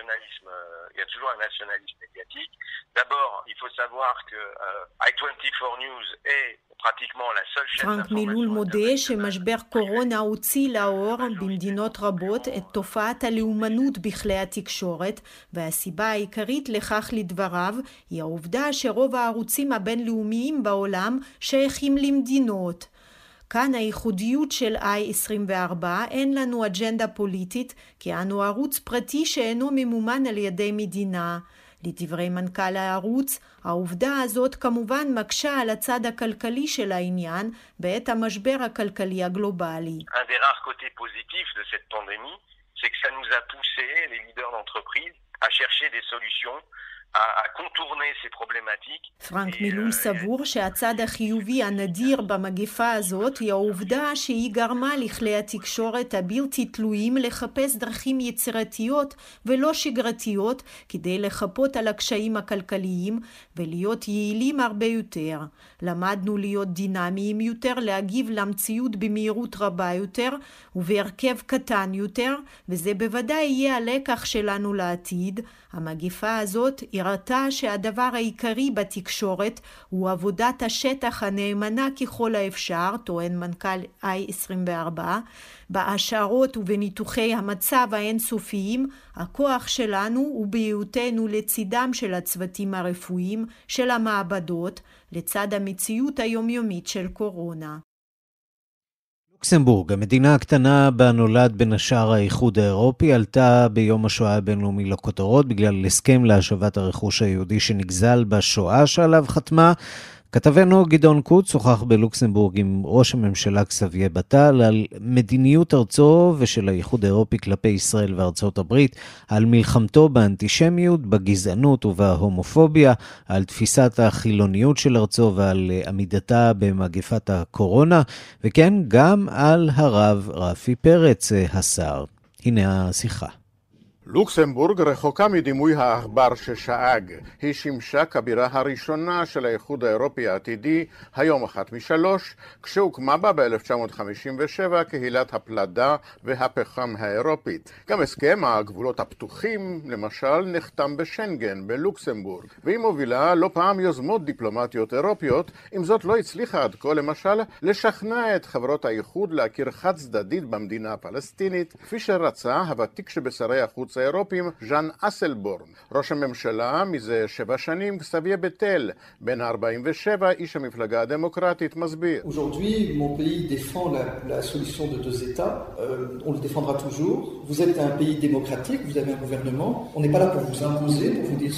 un nationalisme médiatique. D'abord, il faut savoir que I24 News est pratiquement la seule chaîne פרנק מילול מודה שמשבר קורונה הוציא לאור במדינות רבות את תופעת הלאומנות בכלי התקשורת, והסיבה העיקרית לכך לדבריו היא העובדה שרוב הערוצים הבינלאומיים בעולם שייכים למדינות. כאן הייחודיות של I24, אין לנו אג'נדה פוליטית, כי אנו ערוץ פרטי שאינו ממומן על ידי מדינה. לדברי מנכ"ל הערוץ, העובדה הזאת כמובן מקשה על הצד הכלכלי של העניין בעת המשבר הכלכלי הגלובלי. Un des rares côtés positifs de cette pandémie, c'est que ça nous a poussé, les leaders d'entreprise, à chercher des solutions, à contourner ces problématiques. פרנק מילול סבור שהצד החיובי הנדיר במגפה הזאת היא העובדה שהיא גרמה לכלי התקשורת הבלתי תלויים לחפש דרכים יצירתיות ולא שגרתיות כדי לחפות על הקשיים הכלכליים ולהיות יעילים הרבה יותר. למדנו להיות דינמיים יותר, להגיב למציאות במהירות רבה יותר ובהרכב קטן יותר, וזה בוודאי יהיה הלקח שלנו לעתיד. המגפה הזאת הראתה שהדבר העיקרי בתקשורת הוא עבודת השטח הנאמנה ככל האפשר, טוען מנכ"ל I24, בהשערות ובניתוחי המצב האינסופיים. הכוח שלנו הוא בהיותנו לצידם של הצוותים הרפואיים, של המעבדות, לצד המציאות היומיומית של קורונה. לוקסמבורג, המדינה הקטנה בה נולד בין השאר האיחוד האירופי, עלתה ביום השואה הבינלאומי לכותרות בגלל הסכם להשבת הרכוש היהודי שנגזל בשואה שעליו חתמה. כתבנו גדעון קוץ שוחח בלוקסמבורג עם ראש הממשלה קסביה בטל על מדיניות ארצו ושל האיחוד האירופי כלפי ישראל וארצות הברית, על מלחמתו באנטישמיות, בגזענות ובהומופוביה, על תפיסת החילוניות של ארצו ועל עמידתה במגפת הקורונה, וכן גם על הרב רפי פרץ השר. הנה השיחה. לוקסמבורג רחוקה מדימוי העכבר ששאג. היא שימשה כבירה הראשונה של האיחוד האירופי העתידי, היום אחת משלוש, כשהוקמה בה ב-1957 קהילת הפלדה והפחם האירופית. גם הסכם הגבולות הפתוחים, למשל, נחתם בשנגן, בלוקסמבורג, והיא מובילה לא פעם יוזמות דיפלומטיות אירופיות, אם זאת לא הצליחה עד כה, למשל, לשכנע את חברות האיחוד להכיר חד צדדית במדינה הפלסטינית, כפי שרצה הוותיק שבשרי החוץ האירופים, ז'אן אסלבורן. ראש הממשלה מזה 7 שנים, קסביה בטל, בן 47, איש המפלגה הדמוקרטית, מסביר. Aujourd'hui, mon pays défend la solution de 2 États. On le défendra toujours. Vous êtes un pays démocratique, vous avez un gouvernement. On n'est pas là pour vous imposer, pour vous dire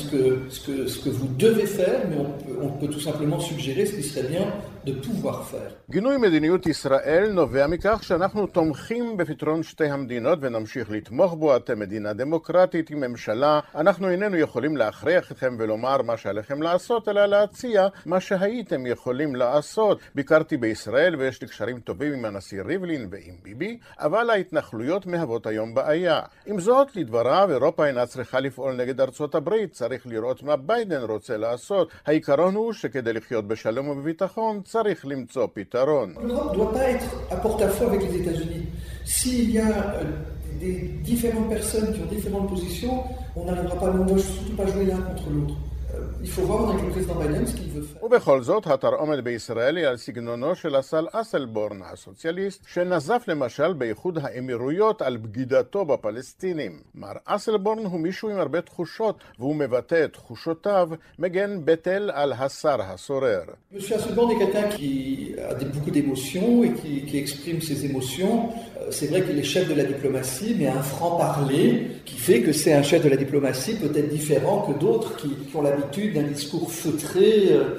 ce que vous devez faire, mais on peut tout simplement suggérer ce qui serait bien de pouvoir faire. גינוי מדיניות ישראל נובע מכך שאנחנו תומכים בפתרון שתי המדינות ונמשיך לתמוך בו. אתם מדינה דמוקרטית עם ממשלה, אנחנו איננו יכולים להכריח אתכם ולומר מה שעליכם לעשות, אלא להציע מה שהייתם יכולים לעשות. ביקרתי בישראל ויש לי קשרים טובים עם הנשיא ריבלין ועם ביבי, אבל ההתנחלויות מהוות היום בעיה. עם זאת, לדבריו, אירופה אינה צריכה לפעול נגד ארצות הברית, צריך לראות מה ביידן רוצה לעשות. העיקרון הוא שכדי לחיות בשלום ובביטחון צריך למצוא פתרון. L'Europe ne doit pas être à porte-à-faux avec les États-Unis. S'il y a des différentes personnes qui ont différentes positions, on n'arrivera pas, on ne doit surtout pas jouer l'un contre l'autre. Il faut voir avec le président Biden ce qu'il veut faire. ובכל זאת, התרעומת בישראל היא על סגנונו של אסל אסלבורן, הסוציאליסט, שנזף למשל באיחוד האמירויות על בגידתו בפלסטינים. מר אסלבורן הוא מישהו עם הרבה תחושות, והוא מבטא את תחושותיו, מגן בטל על השר הסורר. Monsieur Asselborn est quelqu'un qui a beaucoup d'émotions et qui exprime ses émotions. C'est vrai qu'il est chef de la diplomatie, mais un franc-parler qui fait que c'est un chef de la diplomatie peut-être différent que d'autres qui ont l'habitude d'un discours feutré.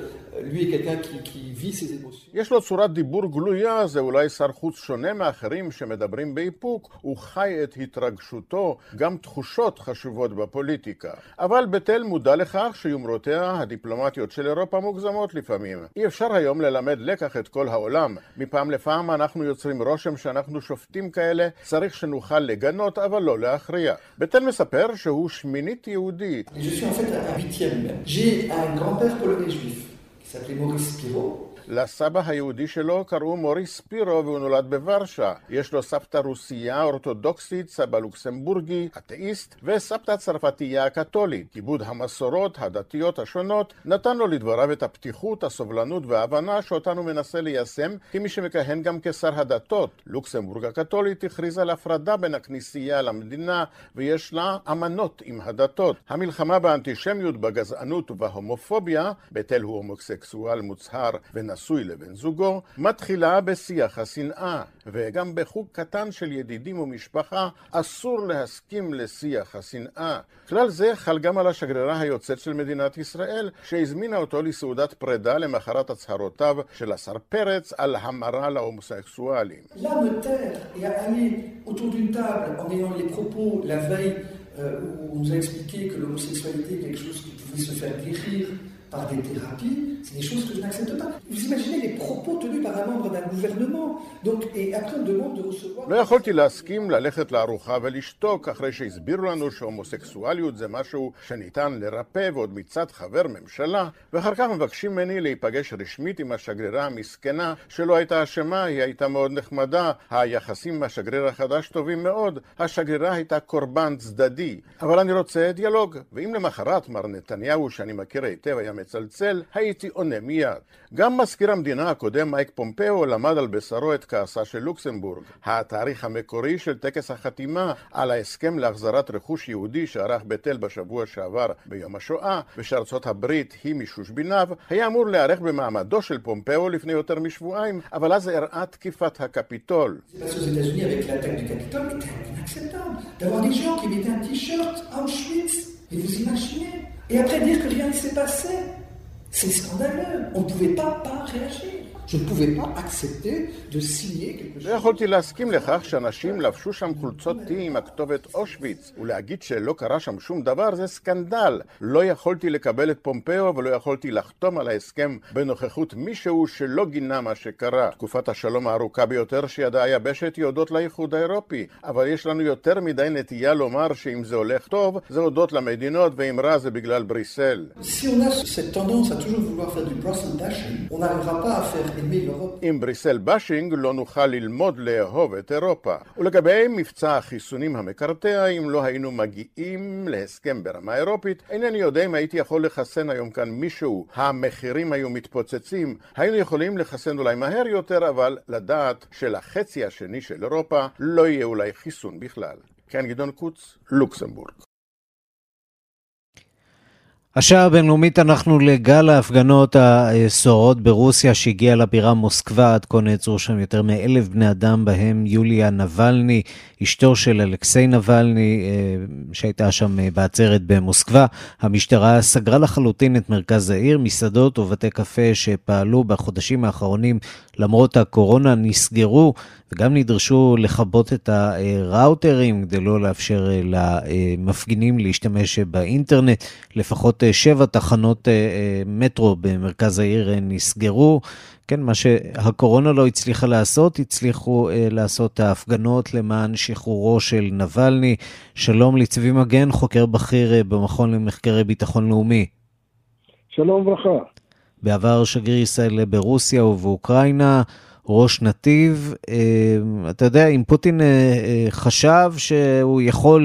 Lui est quelqu'un qui vit ses émotions. יש לו צורת דיבור גלויה, זה אולי שר חוץ שונה מאחרים שמדברים באיפוק, הוא חי את התרגשותו, גם תחושות חשובות בפוליטיקה. אבל בטל מודע לכך שיומרותיה הדיפלומטיות של אירופה מוגזמות לפעמים. אי אפשר היום ללמד לקח את כל העולם. מפעם לפעם אנחנו יוצרים רושם שאנחנו שופטים כאלה, צריך שנוכל לגנות אבל לא להכריע. בטל מספר שהוא שמינית יהודית. Je suis en fait un huitième même. J'ai un grand-père polonais juif qui s'appelait Maurice Spiro. לסבא היהודי שלו קראו מוריס ספירו והוא נולד בוורשה. יש לו סבתא רוסיה אורתודוקסית, סבא לוקסמבורגי, אתאיסט, וסבתא צרפתייה קתולית. כיבוד המסורות הדתיות השונות נתן לו לדבריו את הפתיחות, הסובלנות וההבנה שאותנו מנסה ליישם כמי שמכהן גם כשר הדתות. לוקסמבורג הקתולית הכריזה על הפרדה בין הכנסייה למדינה ויש לה אמנות עם הדתות. המלחמה באנטישמיות, בגזענות ובהומופוביה, בטל הוא הומוסקסואל מוצהר ונשוי לבן זוגו, מתחילה בשיח השנאה, וגם בחוג קטן של ידידים ומשפחה אסור להסכים לשיח השנאה. כלל זה חל גם על השגרירה היוצאת של מדינת ישראל, שהזמינה אותו לסעודת פרידה למחרת הצהרותיו של השר פרץ על המרה להומוסקסואלים. Là, me taire et aller autour d'une table en ayant les propos la veille où on nous a expliqué que l'homosexualité est quelque chose qui pouvait se faire guérir par des thérapies, c'est des choses que je n'accepte pas. Vous imaginez les propos tenus par un membre d'un gouvernement. Donc, et après on demande de recevoir... לא יכולתי להסכים ללכת לארוחה ולשתוק אחרי שהסבירו לנו שהומוסקסואליות זה משהו שניתן לרפא ועוד מצד חבר ממשלה, ואחר כך מבקשים ממני להיפגש רשמית עם השגרירה המסכנה שלא הייתה אשמה, היא הייתה מאוד נחמדה, היחסים עם השגריר החדש טובים מאוד, השגרירה הייתה קורבן צדדי, אבל אני רוצה דיאלוג. ואם למחרת מר נתניהו שאני מכיר היטב היה מצלצל, הייתי עונה מיד. גם מזכיר המדינה הקודם מייק פומפאו למד על בשרו את כעסה של לוקסמבורג. התאריך המקורי של טקס החתימה על ההסכם להחזרת רכוש יהודי שערך בטל בשבוע שעבר ביום השואה, ושארצות הברית היא משושביניו, היה אמור להיערך במעמדו של פומפאו לפני יותר משבועיים, אבל אז הראה תקיפת הקפיטול. d'avoir des gens qui mettaient un t-shirt Auschwitz, et vous imaginez, et après dire que rien ne s'est passé, c'est scandaleux, on ne pouvait pas réagir. Je ne pouvais pas accepter de signer quelque chose. לא יכולתי להסכים לכך שאנשים לבשו שם חולצות T עם הכתובת אושוויץ, ולהגיד שלא קרה שם שום דבר זה סקנדל. לא יכולתי לקבל את פומפאו ולא יכולתי לחתום על ההסכם בנוכחות מישהו שלא גינה מה שקרה. תקופת השלום הארוכה ביותר שידעה היבשת היא הודות לאיחוד האירופי, אבל יש לנו יותר מדי נטייה לומר שאם זה הולך טוב, זה הודות למדינות, ואם רע זה בגלל בריסל. Si on a cette tendance à toujours vouloir faire du Brussels bashing, on n'arrivera pas à faire עם בריסל באשינג לא נוכל ללמוד לאהוב את אירופה. ולגבי מבצע החיסונים המקרטע, אם לא היינו מגיעים להסכם ברמה אירופית, אינני יודע אם הייתי יכול לחסן היום כאן מישהו. המחירים היו מתפוצצים, היינו יכולים לחסן אולי מהר יותר, אבל לדעת שלחצי השני של אירופה לא יהיה אולי חיסון בכלל. כאן גדעון קוץ, לוקסמבורג. השעה הבינלאומית אנחנו לגל ההפגנות הסוערות ברוסיה שהגיעה לבירה מוסקבה. עד כה נעצרו שם יותר מ1,000 בני אדם, בהם יוליה נבלני, אשתו של אלכסיי נבלני, שהייתה שם בעצרת במוסקבה. המשטרה סגרה לחלוטין את מרכז העיר, מסעדות ובתי קפה שפעלו בחודשים האחרונים למרות הקורונה נסגרו, וגם נדרשו לחבות את הראוטרים כדי לא לאפשר למפגינים להשתמש באינטרנט. לפחות 7 תחנות מטרו במרכז העיר נסגרו. כן, מה שהקורונה לא הצליחה לעשות, הצליחו לעשות ההפגנות למען שחרורו של נבלני. שלום לצבי מגן, חוקר בכיר במכון למחקרי ביטחון לאומי. שלום וברכה. בעבר שגריר ישראל ברוסיה ובאוקראינה, ראש נתיב. אתה יודע, אם פוטין חשב שהוא יכול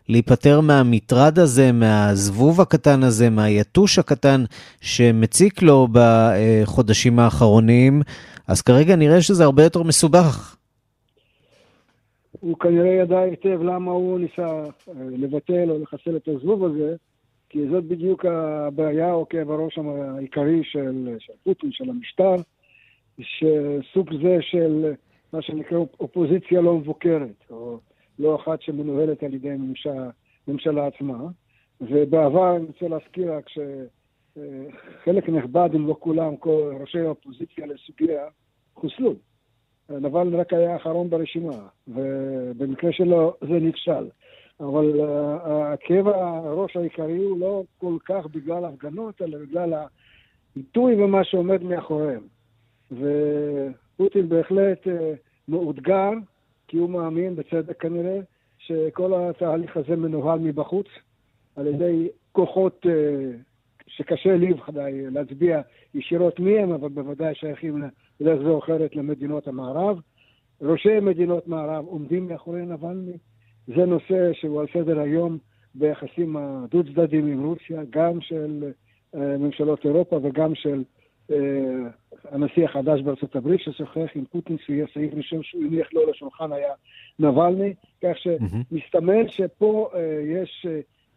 להיפטר מהמטרד הזה, מהזבוב הקטן הזה, מהיתוש הקטן שמציק לו בחודשים האחרונים, אז כרגע נראה שזה הרבה יותר מסובך. הוא כנראה ידע היטב למה הוא ניסה לבטל או לחסל את הזבוב הזה, כי זאת בדיוק הבעיה או כאב הראש העיקרי של פוטין, של המשטר, שסוג זה של מה שנקרא אופוזיציה לא מבוקרת, או לא אחת שמנוהלת על ידי ממשלה עצמה. ובעבר אני רוצה להזכיר רק שחלק נכבד, אם לא כולם, כל ראשי האופוזיציה לסוגיה, חוסלו. נבלני רק היה האחרון ברשימה, ובמקרה שלו זה נכשל. אבל הכאב הראש העיקרי הוא לא כל כך בגלל הפגנות, אלא בגלל העיתוי ומה שעומד מאחוריהם. ופוטין בהחלט מאותגר, כי הוא מאמין, בצדק כנראה, שכל התהליך הזה מנוהל מבחוץ, על ידי כוחות שקשה לי ודאי להצביע ישירות מהם, אבל בוודאי שייכים בדרך זו או אחרת למדינות המערב. ראשי מדינות מערב עומדים מאחורי נבלני. זה נושא שהוא על סדר היום ביחסים הדו צדדיים עם רוסיה, גם של ממשלות אירופה וגם של הנשיא החדש בארצות הברית, ששוחח עם פוטין שיהיה סעיף ראשון שהוא הניח לו לשולחן היה נבלני, כך שמסתמן שפה יש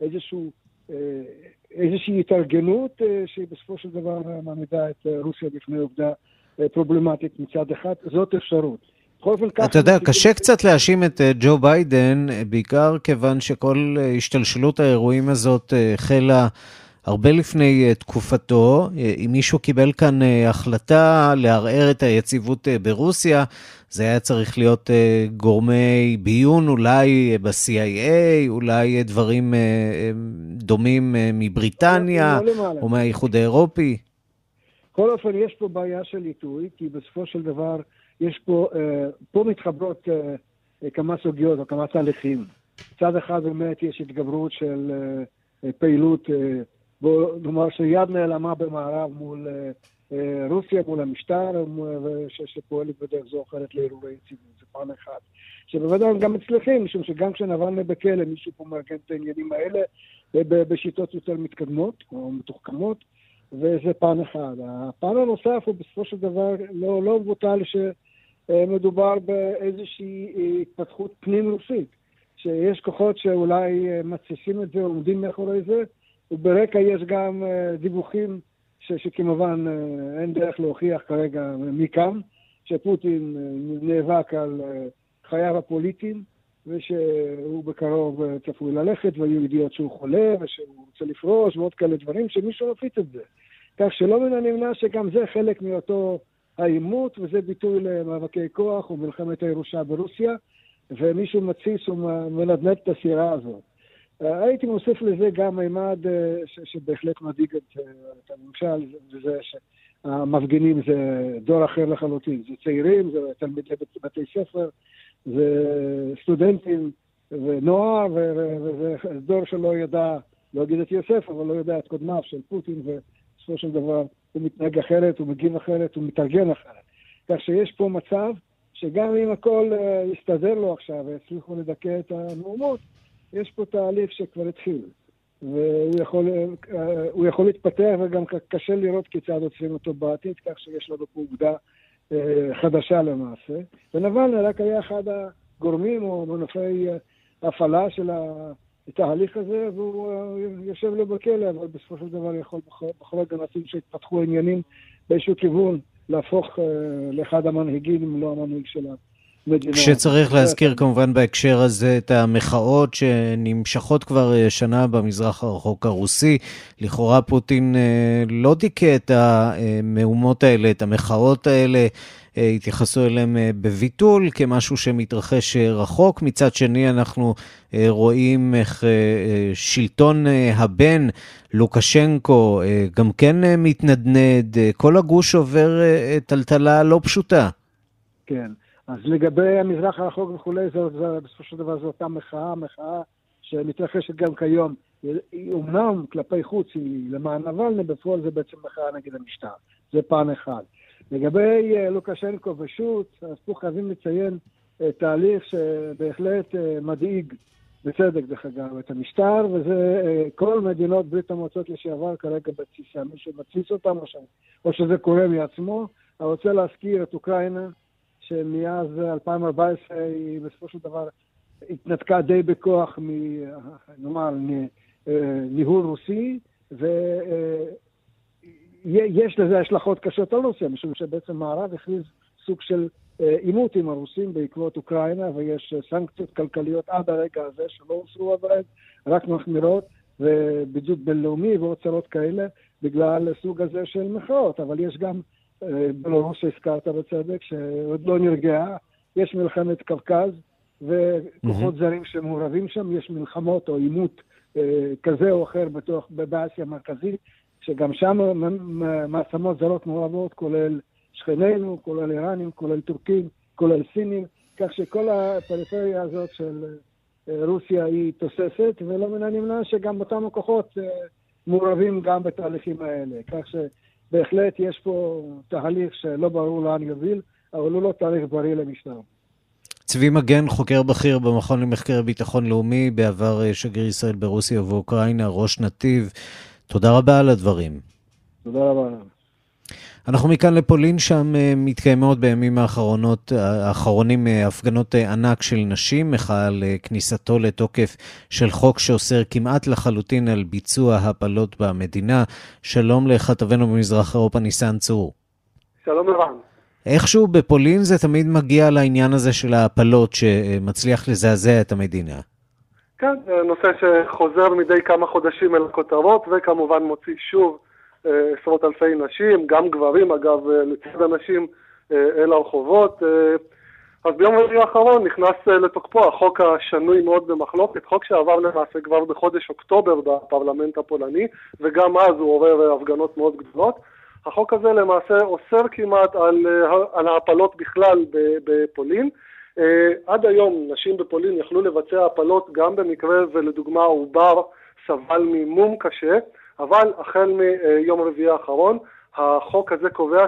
איזושהי התארגנות שבסופו של דבר מעמידה את רוסיה בפני עובדה פרובלמטית מצד אחד. זאת אפשרות. אתה יודע, קשה קצת להאשים את ג'ו ביידן, בעיקר כיוון שכל השתלשלות האירועים הזאת החלה הרבה לפני תקופתו. אם מישהו קיבל כאן החלטה לערער את היציבות ברוסיה, זה היה צריך להיות גורמי ביון, אולי ב-CIA, אולי דברים דומים מבריטניה או מהאיחוד האירופי. בכל אופן, יש פה בעיה של עיתוי, כי בסופו של דבר יש פה מתחברות כמה סוגיות או כמה תהליכים. צד אחד באמת יש התגברות של פעילות, בוא נאמר שיד נעלמה במערב מול רוסיה, מול המשטר, שפועלת בדרך זו אחרת לעירובי יציבות. זה פעם אחת. שבוודאי גם מצליחים, משום שגם כשנבלני בכלא, מישהו פה מארגן את העניינים האלה בשיטות יותר מתקדמות או מתוחכמות, וזה פעם אחד. הפעם הנוסף הוא בסופו של דבר לא מבוטל שמדובר באיזושהי התפתחות פנים רוסית, שיש כוחות שאולי מתסיסים את זה, עומדים מאחורי זה, וברקע יש גם דיווחים שכמובן אין דרך להוכיח כרגע מכאן, שפוטין נאבק על חייו הפוליטיים, ושהוא בקרוב צפוי ללכת, והיו ידיעות שהוא חולה, ושהוא רוצה לפרוש, ועוד כאלה דברים, שמישהו מפיץ את זה. כך שלא מן הנמנע שגם זה חלק מאותו העימות, וזה ביטוי למאבקי כוח ומלחמת הירושה ברוסיה, ומישהו מתסיס ומנדנד את הסירה הזאת. הייתי מוסיף לזה גם מימד שבהחלט מדאיג את הממשל, וזה שהמפגינים זה דור אחר לחלוטין. זה צעירים, זה תלמידי בתי ספר, זה סטודנטים ונוער, וזה דור שלא ידע, לא אגיד את יוסף, אבל לא ידע את קודמיו של פוטין, ובסופו של דבר הוא מתנהג אחרת, הוא מגיב אחרת, הוא מתארגן אחרת. כך שיש פה מצב שגם אם הכל יסתדר לו עכשיו והצליחו לדכא את המהומות, יש פה תהליך שכבר התחיל, והוא יכול להתפתח, וגם קשה לראות כיצד עוצרים אותו בעתיד, כך שיש לנו פה עובדה חדשה למעשה. ונבלני רק היה אחד הגורמים או מנופי הפעלה של התהליך הזה, והוא יושב לו בכלא, אבל בסופו של דבר יכול בכל הגנתים שהתפתחו עניינים באיזשהו כיוון להפוך לאחד המנהיגים, אם לא המנהיג שלה. כשצריך להזכיר כמובן בהקשר הזה את המחאות שנמשכות כבר שנה במזרח הרחוק הרוסי. לכאורה פוטין לא דיכא את המהומות האלה, את המחאות האלה, התייחסו אליהם בביטול כמשהו שמתרחש רחוק. מצד שני אנחנו רואים איך שלטון הבן לוקשנקו גם כן מתנדנד, כל הגוש עובר טלטלה לא פשוטה. כן. אז לגבי המזרח הרחוק וכולי, בסופו של דבר זו אותה מחאה שמתרחשת גם כיום. היא אומנם כלפי חוץ, היא למען נבלני, בפועל זה בעצם מחאה נגד המשטר. זה פעם אחד. לגבי לוקשנקו ושות, אז פה חייבים לציין תהליך שבהחלט מדאיג בצדק דרך אגב, את המשטר, וזה כל מדינות ברית המועצות לשעבר כרגע בתסיסה, מי שמתסיס אותם או שזה קורה מעצמו. אני רוצה להזכיר את אוקראינה, שמאז 2014 היא בסופו של דבר התנתקה די בכוח ניהול רוסי, ויש לזה השלכות קשות על רוסיה, משום שבעצם מערב הכריז סוג של עימות עם הרוסים בעקבות אוקראינה, ויש סנקציות כלכליות עד הרגע הזה שלא הוסרו עדיין, רק מחמירות, ובידוד בינלאומי והוצאות כאלה, בגלל סוג הזה של מחאות. אבל יש גם בלרוס שהזכרת בצדק, שעוד לא נרגעה, יש מלחמת קווקז, וכוחות זרים שמעורבים שם, יש מלחמות או עימות כזה או אחר באסיה המרכזית, שגם שם מעצמות זרות מעורבות, כולל שכנינו, כולל איראנים, כולל טורקים, כולל סינים, כך שכל הפריפריה הזאת של רוסיה היא תוססת, ולא מן הנמנע שגם אותם הכוחות מעורבים גם בתהליכים האלה, כך שבהחלט יש פה תהליך שלא ברור לאן יוביל, אבל הוא לא תהליך בריא למשטר. צבי מגן, חוקר בכיר במכון למחקר ביטחון לאומי, בעבר שגריר ישראל ברוסיה ובאוקראינה, ראש נתיב, תודה רבה על הדברים. תודה רבה. אנחנו מכאן לפולין, שם מתקיימות בימים האחרונים הפגנות ענק של נשים, מחאה על כניסתו לתוקף של חוק שאוסר כמעט לחלוטין על ביצוע הפלות במדינה. שלום לכתבנו במזרח אירופה, ניסן צור. שלום רב. איכשהו בפולין זה תמיד מגיע לעניין הזה של ההפלות שמצליח לזעזע את המדינה. כן, זה נושא שחוזר מדי כמה חודשים אל הכותרות, וכמובן מוציא שוב עשרות אלפי נשים, גם גברים אגב, לצד הנשים אל הרחובות. אז ביום רביעי האחרון נכנס לתוקפו החוק השנוי מאוד במחלוקת, חוק שעבר למעשה כבר בחודש אוקטובר בפרלמנט הפולני, וגם אז הוא עורר הפגנות מאוד גדולות. החוק הזה למעשה אוסר כמעט על ההפלות בכלל בפולין. עד היום נשים בפולין יכלו לבצע הפלות גם במקרה ולדוגמה עובר סבל ממום קשה, אבל החל מיום רביעי האחרון החוק הזה קובע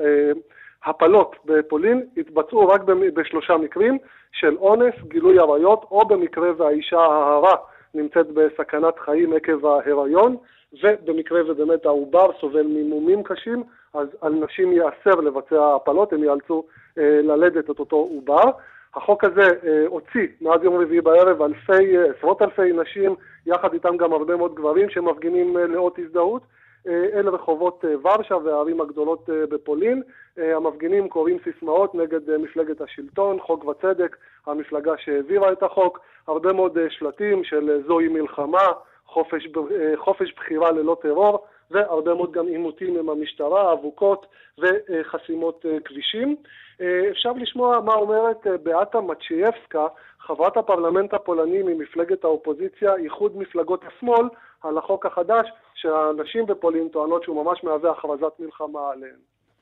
שהפלות בפולין יתבצעו רק בשלושה מקרים של אונס, גילוי עריות, או במקרה והאישה ההרה נמצאת בסכנת חיים עקב ההיריון, ובמקרה ובאמת העובר סובל ממומים קשים, אז על נשים יאסר לבצע הפלות, הם יאלצו ללדת את אותו עובר. החוק הזה הוציא מאז יום רביעי בערב עשרות אלפי נשים, יחד איתם גם הרבה מאוד גברים שמפגינים לאות הזדהות, אל רחובות ורשה והערים הגדולות בפולין. המפגינים קוראים סיסמאות נגד מפלגת השלטון, חוק וצדק, המפלגה שהעבירה את החוק, הרבה מאוד שלטים של זוהי מלחמה, חופש בחירה ללא טרור, והרבה מאוד גם עימותים עם המשטרה, אבוקות וחסימות כבישים. אפשר לשמוע מה אומרת באטה מצ'ייבסקה, חברת הפרלמנט הפולני ממפלגת האופוזיציה, איחוד מפלגות השמאל, על החוק החדש שהנשים בפולין טוענות שהוא ממש מהווה הכרזת מלחמה עליהן.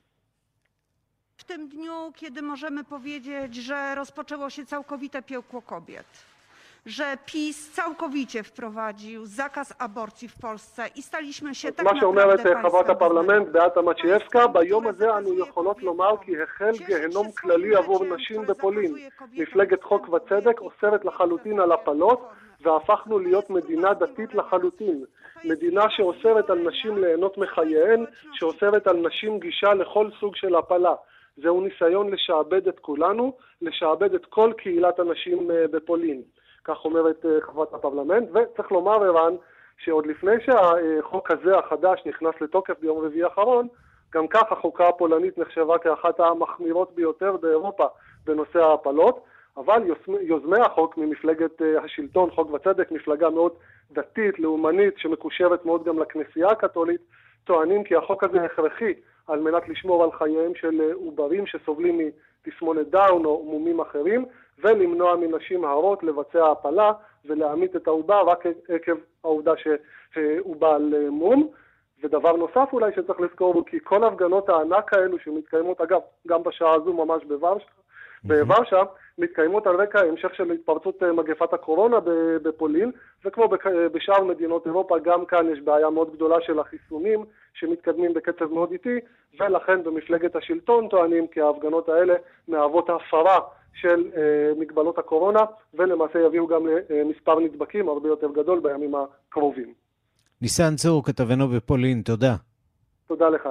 W tym dniu, kiedy możemy powiedzieć, że rozpoczęło się całkowite piekło kobiet, że PiS całkowicie wprowadził zakaz aborcji w Polsce i staliśmy się tak מה שאומרת חברת הפרלמנט באטה מצ'ייבסקה, ביום הזה אנו יכולות לומר כי החל גיהנום כללי עבור נשים בפולין. מפלגת חוק וצדק אוסרת לחלוטין על הפלות, והפכנו להיות מדינה דתית לחלוטין. מדינה שאוסרת על נשים ליהנות מחייהן, שאוסרת על נשים גישה לכל סוג של הפלה. זהו ניסיון לשעבד את כולנו, לשעבד את כל קהילת הנשים בפולין. כך אומרת חברת הפרלמנט, וצריך לומר ערן שעוד לפני שהחוק הזה החדש נכנס לתוקף ביום רביעי האחרון, גם כך החוקה הפולנית נחשבה כאחת המחמירות ביותר באירופה בנושא ההפלות, אבל יוזמי החוק ממפלגת השלטון, חוק וצדק, מפלגה מאוד דתית, לאומנית, שמקושרת מאוד גם לכנסייה הקתולית, טוענים כי החוק הזה הכרחי על מנת לשמור על חייהם של עוברים שסובלים מתסמונת דאון או מומים אחרים, ולמנוע מנשים הרות לבצע הפלה ולהעמית את העובר רק עקב העובדה שהוא בעל מום. ודבר נוסף אולי שצריך לזכור הוא כי כל הפגנות הענק האלו שמתקיימות, אגב, גם בשעה הזו ממש בוורשה, מתקיימות על רקע המשך של התפרצות מגפת הקורונה בפולין, וכמו בשאר מדינות אירופה, גם כאן יש בעיה מאוד גדולה של החיסונים שמתקדמים בקצב מאוד איטי, ולכן במפלגת השלטון טוענים כי ההפגנות האלה מהוות הפרה של מגבלות הקורונה, ולמעשה יביאו גם למספר נדבקים הרבה יותר גדול בימים הקרובים. ניסן צור, כתבנו בפולין, תודה. תודה לך.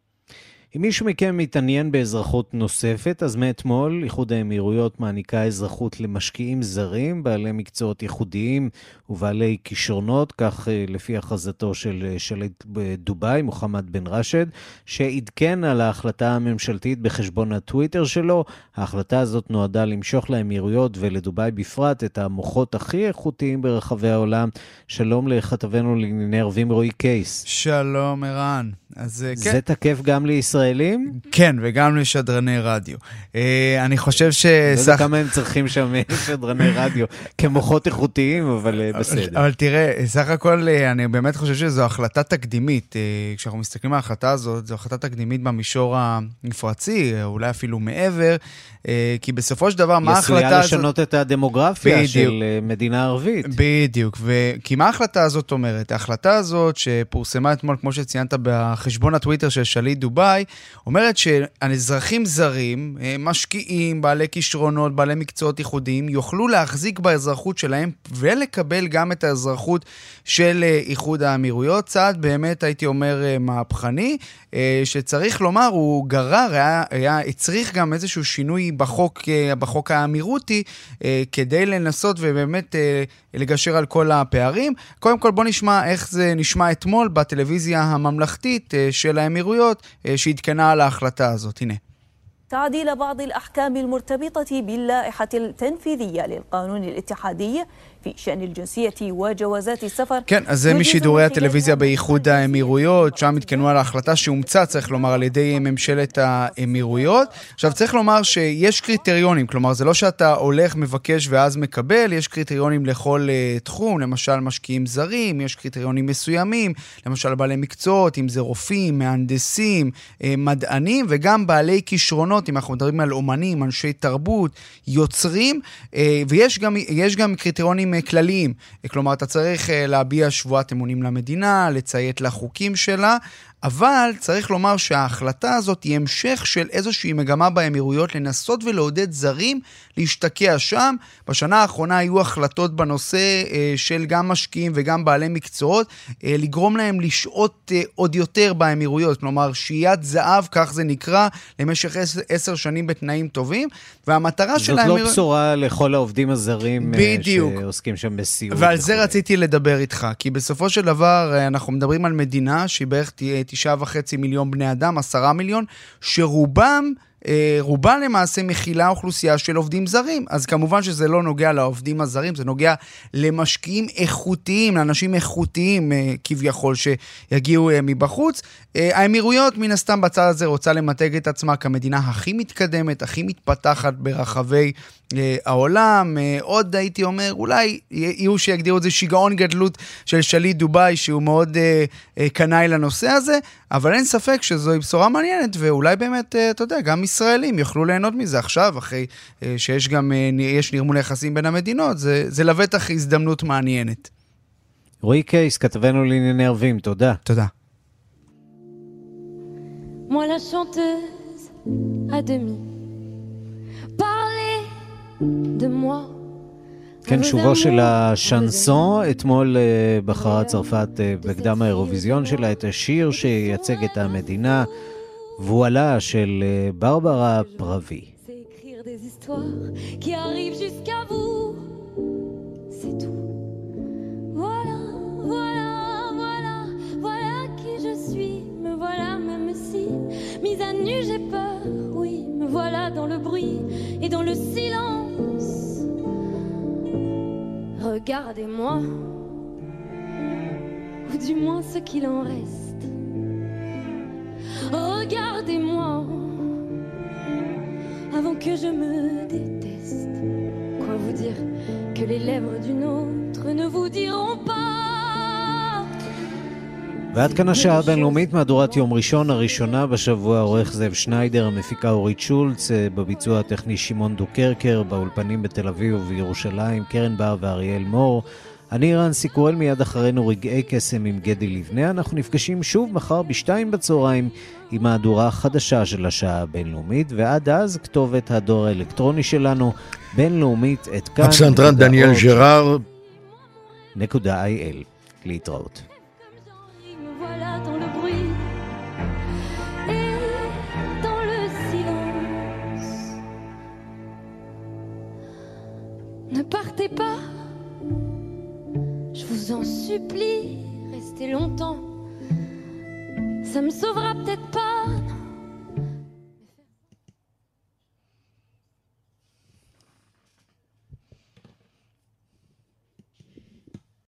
אם מישהו מכם מתעניין באזרחות נוספת, אז מאתמול איחוד האמירויות מעניקה אזרחות למשקיעים זרים, בעלי מקצועות ייחודיים ובעלי כישרונות, כך לפי הכרזתו של שליט בדובאי, מוחמד בן רשד, שעדכן על ההחלטה הממשלתית בחשבון הטוויטר שלו. ההחלטה הזאת נועדה למשוך לאמירויות ולדובאי בפרט את המוחות הכי איכותיים ברחבי העולם. שלום לכתבנו לענייני ערבים רועי קייס. שלום ערן. אז כן. זה תקף גם לישראלים? כן, וגם לשדרני רדיו. אני חושב לא יודע כמה הם צריכים שם שדרני רדיו, כמוחות איכותיים, אבל בסדר. אבל תראה, סך הכל אני באמת חושב שזו החלטה תקדימית. כשאנחנו מסתכלים על ההחלטה הזאת, זו החלטה תקדימית במישור המפרצי, אולי אפילו מעבר, כי בסופו של דבר, מה ההחלטה הזאת... יסויה לשנות את הדמוגרפיה של מדינה ערבית. בדיוק, כי מה ההחלטה הזאת אומרת? ההחלטה הזאת שפורסמה אתמול, כמו שציינת בחשבון הטוויטר של שליט דובאי, אומרת שהאזרחים זרים, משקיעים, בעלי כישרונות, בעלי מקצועות ייחודיים, יוכלו להחזיק באזרחות שלהם ולקבל גם את האזרחות של איחוד האמירויות. צעד באמת, הייתי אומר, מהפכני, שצריך לומר, הוא גרר, הצריך גם איזשהו שינוי בחוק האמירותי, כדי לנסות ובאמת לגשר על כל הפערים. קודם כל בוא נשמע איך זה נשמע אתמול בטלוויזיה הממלכתית של האמירויות, שהתקנה על ההחלטה הזאת. הנה. تعديل بعض الأحكام المرتبطة باللائحة التنفيذية للقانون الاتحادي في شأن الجنسية وجوازات السفر. כן, אז זה משידורי הטלוויזיה באיחוד האמירויות, שם התקנו על ההחלטה שהומצא, צריך לומר, על ידי ממשלת האמירויות. עכשיו, צריך לומר שיש קריטריונים, כלומר, זה לא שאתה הולך, מבקש ואז מקבל, יש קריטריונים לכל תחום, למשל משקיעים זרים, יש קריטריונים מסוימים, למשל בעלי מקצועות, אם זה רופאים, מהנדסים, מדענים, וגם בעלי כישרונות, אם אנחנו מדברים על אומנים, אנשי תרבות, יוצרים, ויש גם קריטריונים כלליים. כלומר, אתה צריך להביע שבועת אמונים למדינה, לציית לחוקים שלה, אבל צריך לומר שההחלטה הזאת היא המשך של איזושהי מגמה באמירויות לנסות ולעודד זרים להשתקע שם. בשנה האחרונה היו החלטות בנושא של גם משקיעים וגם בעלי מקצועות, לגרום להם לשעות עוד יותר באמירויות, כלומר שהיית זהב, כך זה נקרא, למשך 10 שנים בתנאים טובים, והמטרה של האמירויות... זאת לא בשורה לכל העובדים הזרים שעוסקים שם בסיור. ועל זה רציתי לדבר איתך, כי בסופו של דבר אנחנו מדברים על מדינה שהיא בערך 9.5 מיליון בני אדם, 10 מיליון, שרובם למעשה מכילה אוכלוסייה של עובדים זרים. אז כמובן שזה לא נוגע לעובדים הזרים, זה נוגע למשקיעים איכותיים, לאנשים איכותיים כביכול שיגיעו מבחוץ. האמירויות מן הסתם בצד הזה רוצה למתג את עצמה כמדינה הכי מתקדמת, הכי מתפתחת ברחבי העולם. עוד הייתי אומר, אולי יהיו שיגדירו את זה שיגעון גדלות של שליט דובאי, שהוא מאוד קנאי לנושא הזה, אבל אין ספק שזוהי בשורה מעניינת, ואולי באמת, אתה יודע, גם ישראלים יוכלו ליהנות מזה עכשיו, אחרי שיש גם, יש נרמול יחסים בין המדינות, זה לבטח הזדמנות מעניינת. רועי קייס, כתבנו לענייני ערבים, תודה. תודה. Moi la chanteuse à demi parler de moi. כן, שובו של השנסון. אתמול בחרה צרפת בקדם האירוויזיון שלה את השיר שייצג את המדינה, וואלה של ברברה פרבי. C'est écrire des histoires qui arrivent jusqu'à vous. C'est tout. Voilà, voilà, voilà, voilà qui je suis. Me voilà même si mise à nu j'ai peur. Oui, me voilà dans le bruit et dans le silence. Regardez-moi, ou du moins ce qu'il en reste. Regardez-moi, avant que je me déteste. Quoi vous dire que les lèvres d'une autre ne vous diront pas. ועד כאן השעה הבינלאומית, מהדורת יום ראשון הראשונה בשבוע, עורך זאב שניידר, המפיקה אורית שולץ, בביצוע הטכני שמעון דוקרקר, באולפנים בתל אביב ובירושלים קרן בר ואריאל מור, אני רנסי קורל, מיד אחרינו רגעי קסם עם גדי לבנה. אנחנו נפגשים שוב מחר ב2 בצהריים עם מהדורה החדשה של השעה הבינלאומית, ועד אז כתובת הדואר האלקטרוני שלנו, בינלאומית את כאן. אקסנדרן דניאל ג'רר. .il. להתראות. Ne partez pas, je vous en supplie, restez longtemps. Ça me sauvera peut-être pas